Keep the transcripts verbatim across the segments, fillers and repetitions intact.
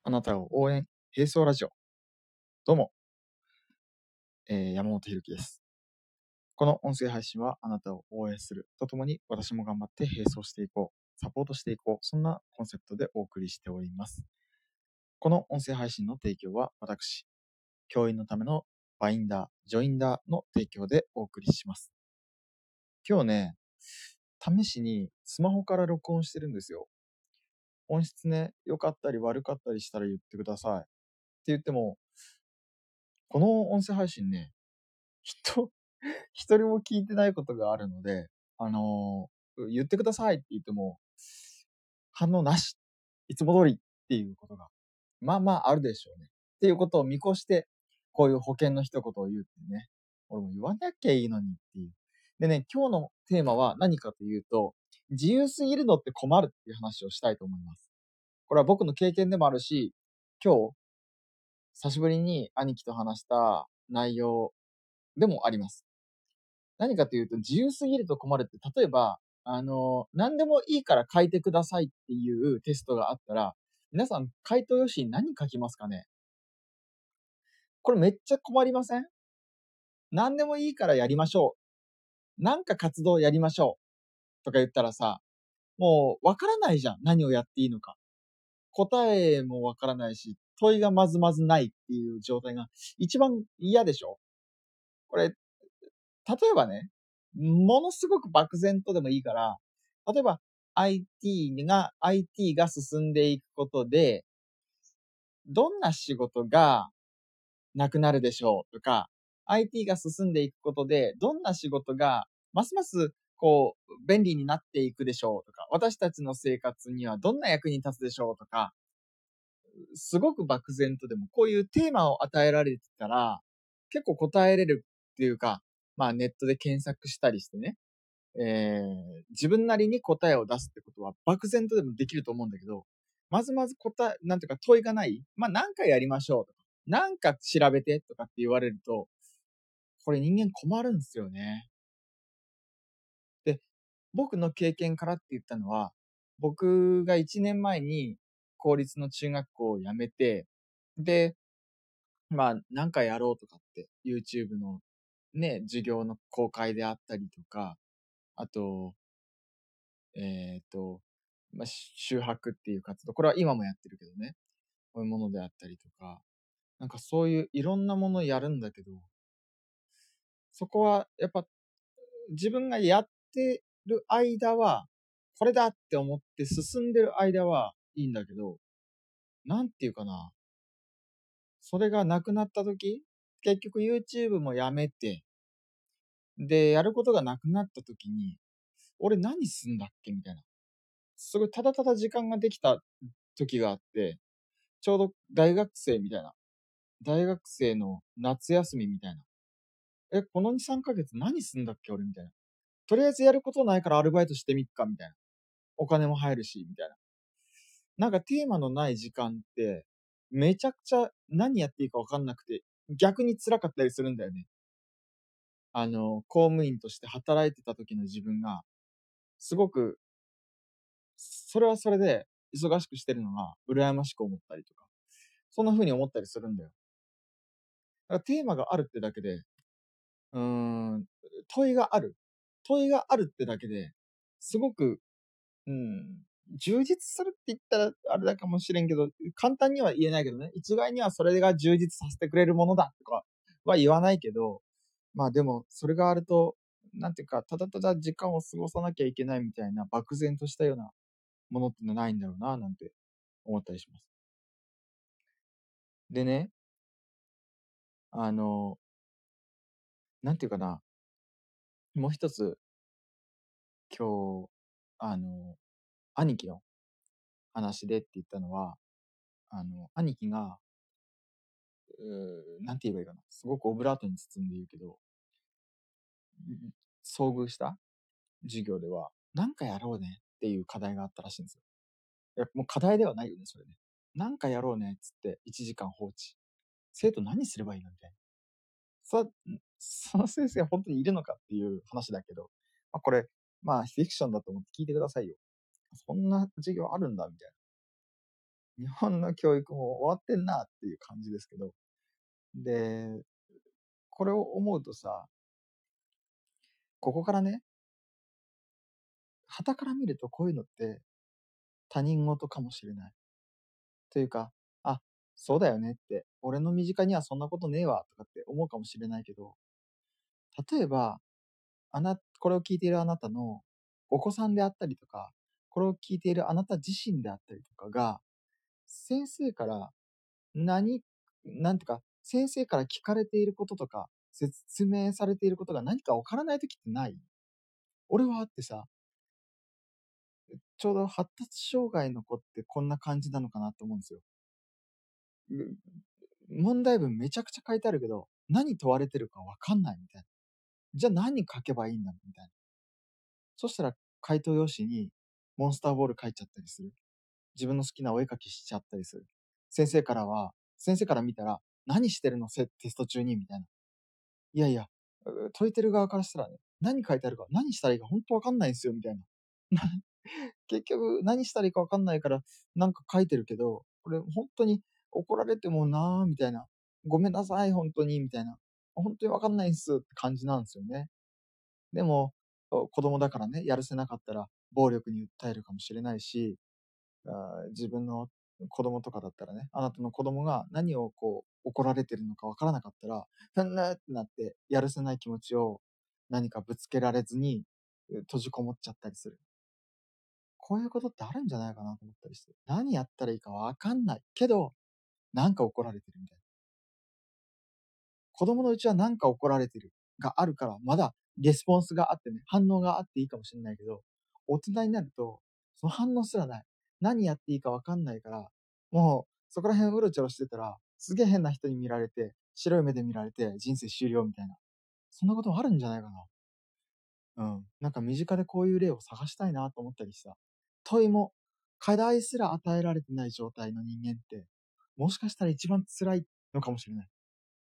あなたを応援、並走ラジオ。どうも、えー、山本ひろきです。この音声配信はあなたを応援するとともに私も頑張って並走していこう、サポートしていこう、そんなコンセプトでお送りしております。この音声配信の提供は私、教員のためのバインダー、ジョインダーの提供でお送りします。今日ね、試しにスマホから録音してるんですよ。音質ね、良かったり悪かったりしたら言ってください。って言っても、この音声配信ね、人、一人も聞いてないことがあるので、あのー言ってくださいって言っても、反応なし。いつも通りっていうことが、まあまああるでしょうね。っていうことを見越して、こういう保険の一言を言うってね。俺も言わなきゃいいのにっていう。でね、今日のテーマは何かというと、自由すぎるのって困るっていう話をしたいと思います。これは僕の経験でもあるし、今日、久しぶりに兄貴と話した内容でもあります。何かというと、自由すぎると困るって、例えば、あの、何でもいいから書いてくださいっていうテストがあったら、皆さん回答用紙に何書きますかね？これめっちゃ困りません？何でもいいからやりましょう。なんか活動やりましょう。とか言ったらさ、もうわからないじゃん。何をやっていいのか。答えもわからないし、問いがまずまずないっていう状態が一番嫌でしょ？これ、例えばね、ものすごく漠然とでもいいから、例えば アイティー が、アイティー が進んでいくことで、どんな仕事がなくなるでしょうとか、アイティー が進んでいくことで、どんな仕事がますますこう、便利になっていくでしょうとか、私たちの生活にはどんな役に立つでしょうとか、すごく漠然とでも、こういうテーマを与えられてたら、結構答えれるっていうか、まあネットで検索したりしてね、えー、自分なりに答えを出すってことは漠然とでもできると思うんだけど、まずまず答え、なんていうか問いがない。まあ、何回やりましょうとか、何か調べてとかって言われると、これ人間困るんですよね。で、僕の経験からって言ったのは、僕がいちねんまえに公立の中学校を辞めて、で、まあ、何かやろうとかって、YouTube のね、授業の公開であったりとか、あと、えっと、まあ、周博っていう活動、これは今もやってるけどね、こういうものであったりとか、なんかそういういろんなものやるんだけど、そこはやっぱ自分がやってる間は、これだって思って進んでる間はいいんだけど、なんていうかな、それがなくなった時、結局 YouTube もやめて、で、やることがなくなった時に、俺何すんだっけみたいな。すごいただただ時間ができた時があって、ちょうど大学生みたいな。大学生の夏休みみたいな。え、このに、さんかげつ何すんだっけ俺みたいな。とりあえずやることないからアルバイトしてみっかみたいな。お金も入るし、みたいな。なんかテーマのない時間って、めちゃくちゃ何やっていいかわかんなくて、逆に辛かったりするんだよね。あの、公務員として働いてた時の自分が、すごく、それはそれで忙しくしてるのが羨ましく思ったりとか、そんな風に思ったりするんだよ。だからテーマがあるってだけで、うーん、問いがある。問いがあるってだけで、すごく、うん、充実するって言ったらあれだかもしれんけど、簡単には言えないけどね。一概にはそれが充実させてくれるものだとかは言わないけど、まあでも、それがあると、なんていうか、ただただ時間を過ごさなきゃいけないみたいな漠然としたようなものってのはないんだろうな、なんて思ったりします。でね、あの、なんていうかな、もう一つ、今日、あの、兄貴の話でって言ったのは、あの、兄貴が、うーなんて言えばいいかな。すごくオブラートに包んで言うけど、遭遇した授業では、なんかやろうねっていう課題があったらしいんですよ。いや、もう課題ではないよね、それね。なんかやろうねっつっていちじかん放置。生徒何すればいいのみたいな。そ、その先生本当にいるのかっていう話だけど、まあこれ、まあフィクションだと思って聞いてくださいよ。そんな授業あるんだみたいな。 日本の教育も終わってんなっていう感じですけど。で、これを思うとさ、ここからね、傍から見るとこういうのって他人事かもしれない。というか、あ、そうだよねって、俺の身近にはそんなことねえわとかって思うかもしれないけど、例えば、あな、これを聞いているあなたのお子さんであったりとか、これを聞いているあなた自身であったりとかが、先生から何、なんていうか、先生から聞かれていることとか、説明されていることが何かわからないときってない？俺はあってさ、ちょうど発達障害の子ってこんな感じなのかなと思うんですよ。問題文めちゃくちゃ書いてあるけど、何問われてるかわかんないみたいな。じゃあ何書けばいいんだみたいな。そしたら回答用紙にモンスターボール書いちゃったりする。自分の好きなお絵描きしちゃったりする。先生からは、先生から見たら、何してるのテスト中にみたいな。いやいや、解いてる側からしたらね、何書いてあるか、何したらいいか本当わかんないんですよ、みたいな。結局、何したらいいかわかんないから、なんか書いてるけど、これ本当に怒られてもなーみたいな。ごめんなさい、本当に、みたいな。本当にわかんないんすって感じなんですよね。でも、子供だからね、やるせなかったら暴力に訴えるかもしれないし、あ自分の子供とかだったらね、あなたの子供が何をこう怒られてるのかわからなかったら、ふんぬってなってやるせない気持ちを何かぶつけられずに閉じこもっちゃったりする。こういうことってあるんじゃないかなと思ったりして。何やったらいいかわかんないけど、なんか怒られてるみたいな。子供のうちはなんか怒られてるがあるから、まだレスポンスがあってね、反応があっていいかもしれないけど、大人になると、その反応すらない。何やっていいかわかんないから、もう、そこら辺うろちょろしてたら、すげえ変な人に見られて、白い目で見られて、人生終了みたいな。そんなことあるんじゃないかな。うん。なんか身近でこういう例を探したいなと思ったりした。問いも、課題すら与えられてない状態の人間って、もしかしたら一番辛いのかもしれない。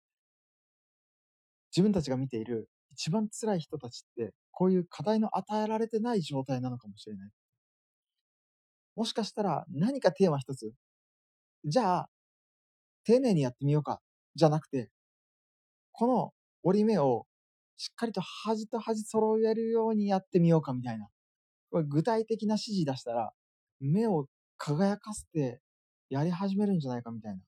自分たちが見ている一番辛い人たちって、こういう課題の与えられてない状態なのかもしれない。もしかしたら何かテーマ一つ、じゃあ、丁寧にやってみようか、じゃなくて、この折り目をしっかりと端と端揃えるようにやってみようかみたいな。これ具体的な指示出したら、目を輝かせてやり始めるんじゃないかみたいな。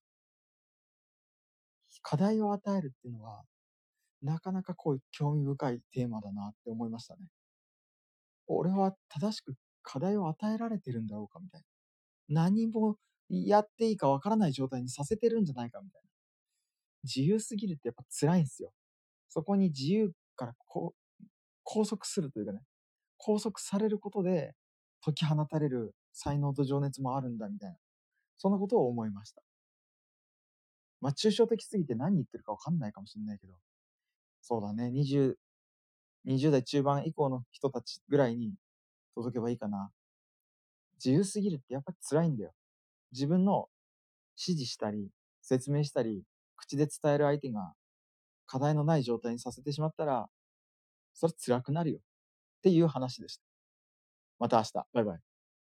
課題を与えるっていうのは、なかなかこう興味深いテーマだなって思いましたね。俺は正しく課題を与えられてるんだろうかみたいな。何もやっていいかわからない状態にさせてるんじゃないかみたいな。自由すぎるってやっぱ辛いんですよ。そこに自由からこう拘束するというかね、拘束されることで解き放たれる才能と情熱もあるんだみたいな。そんなことを思いました。まあ、抽象的すぎて何言ってるかわかんないかもしれないけど、そうだね、にじゅう、にじゅう代中盤以降の人たちぐらいに届けばいいかな。自由すぎるってやっぱり辛いんだよ。自分の指示したり、説明したり、口で伝える相手が課題のない状態にさせてしまったら、それ辛くなるよっていう話でした。また明日。バイバイ。